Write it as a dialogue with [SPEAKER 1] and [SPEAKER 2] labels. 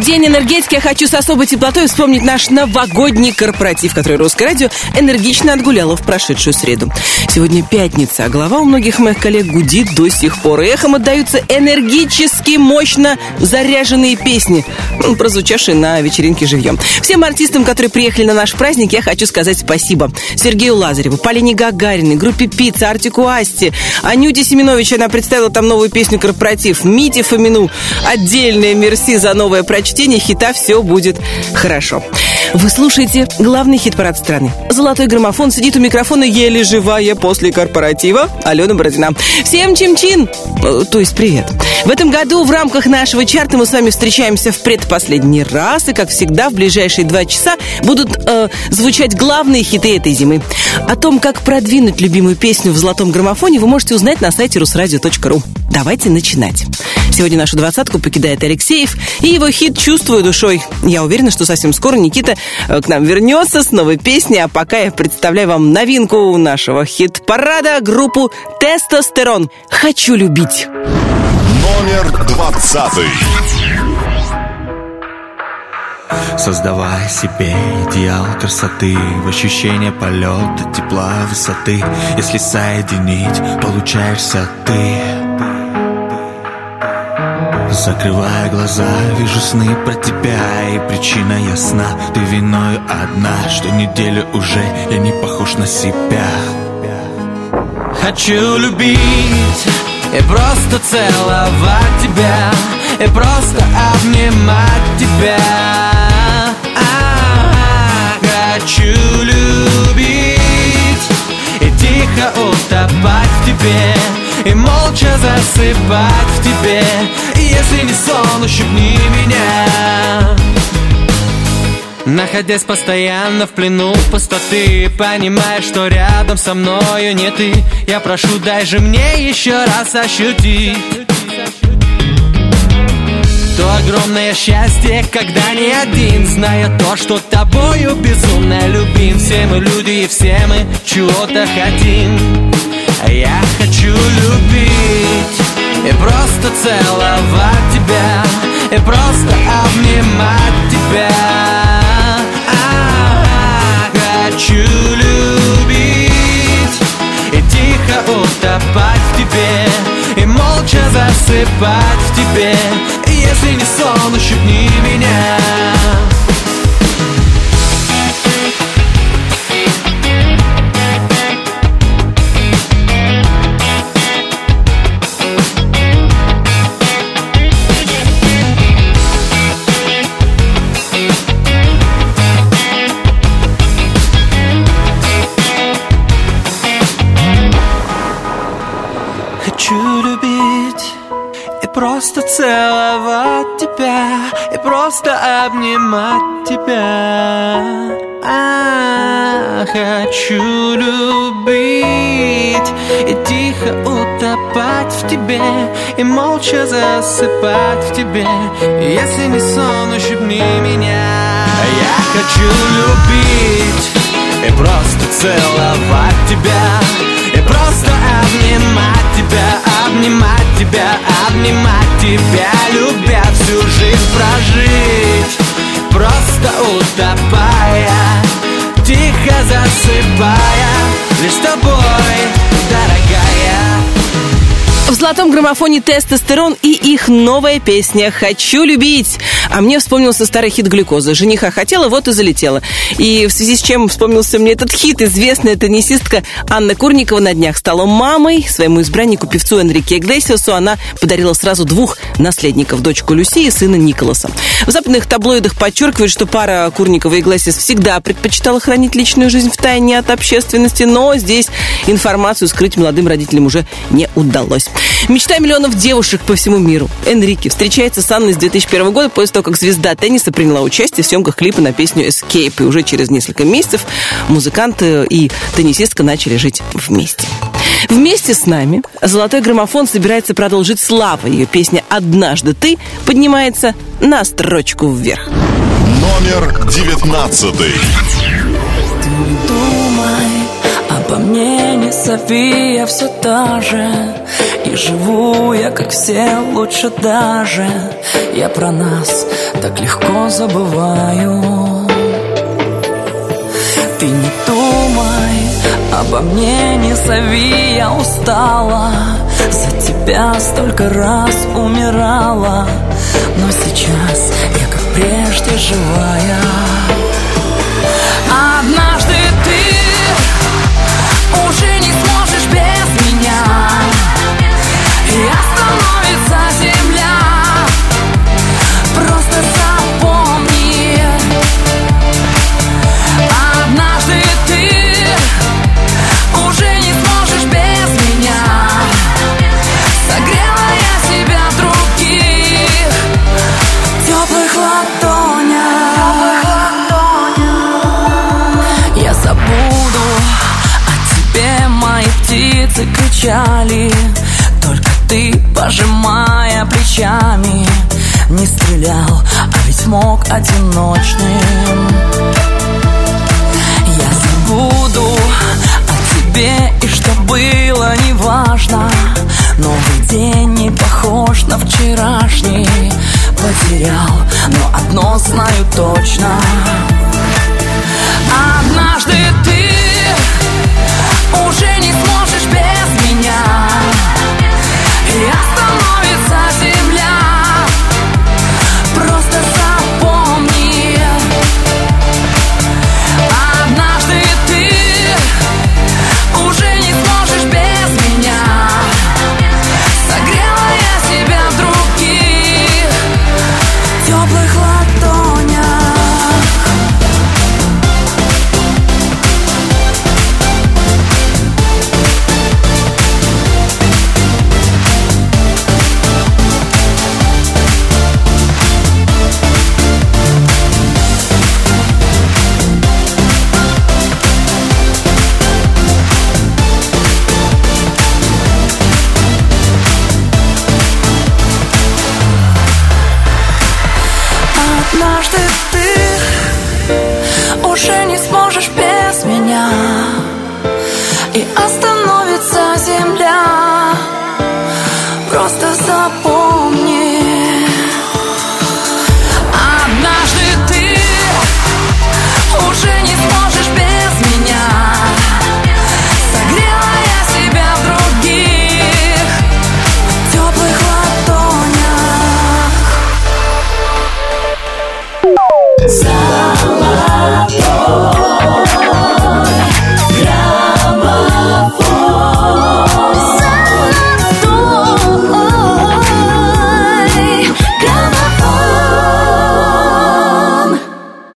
[SPEAKER 1] День энергетики я хочу с особой теплотой вспомнить наш новогодний корпоратив, который Русское радио энергично отгуляло в прошедшую среду. Сегодня пятница, а голова у многих моих коллег гудит до сих пор. И эхом отдаются энергически, мощно заряженные песни, прозвучавшие на вечеринке живьем. Всем артистам, которые приехали на наш праздник, я хочу сказать спасибо. Сергею Лазареву, Полине Гагариной, группе Пицца, Артику Асти, Анюте Семенович, она представила там новую песню «Корпоратив», Мите Фомину. Отдельное мерси за новое прочтение хита «Все будет хорошо». Вы слушаете главный хит-парад страны. Золотой граммофон, сидит у микрофона еле живая после корпоратива Алена Бородина. Всем чин-чин! То есть привет. В этом году в рамках нашего чарта мы с вами встречаемся в предпоследний раз. И, как всегда, в ближайшие 2 часа будут звучать главные хиты этой зимы. О том, как продвинуть любимую песню в золотом граммофоне, вы можете узнать на сайте rusradio.ru. Давайте начинать. Сегодня нашу двадцатку покидает Алексеев и его хит «Чувствую душой». Я уверена, что совсем скоро Никита к нам вернется с новой песней. А пока я представляю вам новинку нашего хит-парада, группу «Тестостерон». «Хочу любить».
[SPEAKER 2] Номер 20.
[SPEAKER 3] Создавай себе идеал красоты, в ощущение полета, тепла, высоты. Если соединить, получаешься ты. Закрывая глаза, вижу сны про тебя, и причина ясна. Ты виною одна, что неделю уже я не похож на себя. Хочу любить и просто целовать тебя, и просто обнимать тебя. Хочу любить и тихо утопать в тебе, и молча засыпать в тебе. И если не сон, ущипни меня. Находясь постоянно в плену пустоты, понимая, что рядом со мною не ты, я прошу, дай же мне еще раз ощутить то огромное счастье, когда не один, зная то, что тобою безумно любим. Все мы люди и все мы чего-то хотим. Я хочу любить и просто целовать тебя, и просто обнимать тебя. Хочу любить и тихо утопать в тебе, и молча засыпать в тебе. И если не сон, ущипни меня. Хочу любить и просто целовать тебя, и просто обнимать тебя. Хочу любить и тихо утопать в тебе, и молча засыпать в тебе. Если не сон, ущипни меня. Я хочу любить и просто целовать тебя, и просто обнимать тебя, обнимать тебя, обнимать тебя, любя всю жизнь прожить, просто утопая, тихо засыпая, лишь с тобой, дорогая.
[SPEAKER 1] В золотом граммофоне «Тестостерон» и их новая песня «Хочу любить». А мне вспомнился старый хит «Глюкоза». Жениха хотела, вот и залетела. И в связи с чем вспомнился мне этот хит, известная теннисистка Анна Курникова на днях стала мамой. Своему избраннику, певцу Энрике Иглесиасу, она подарила сразу 2 наследников, дочку Люси и сына Николаса. В западных таблоидах подчеркивают, что пара Курникова и Иглесиас всегда предпочитала хранить личную жизнь в тайне от общественности, но здесь информацию скрыть молодым родителям уже не удалось. Мечта миллионов девушек по всему миру. Энрике встречается с Анной с 2001 года после того, как звезда тенниса приняла участие в съемках клипа на песню «Escape». И уже через несколько месяцев музыкант и теннисистка начали жить вместе. Вместе с нами золотой граммофон собирается продолжить славу. Ее песня «Однажды ты» поднимается на строчку вверх.
[SPEAKER 2] Номер 19.
[SPEAKER 4] Думай обо мне, не София, все та же. И живу я, как все, лучше даже. Я про нас так легко забываю. Ты не думай обо мне, не зови, я устала. За тебя столько раз умирала, но сейчас я, как прежде, живая. Однажды ты уже не сможешь без меня, и остановится земля. Просто запомни, однажды ты уже не сможешь без меня. Согрела я себя в других теплых ладонях. Я забуду о тебе, мои птицы кричали. Только ты, пожимая плечами, не стрелял, а ведь мог одиночным. Я забуду о тебе, и что было, неважно. Новый день не похож на вчерашний. Потерял, но одно знаю точно: однажды ты уже не сможешь без меня, и остановится земля. Просто запомни, однажды ты уже не сможешь без меня. Согрела я себя в других теплых ладонях. Однажды ты уже не сможешь без меня, и останешься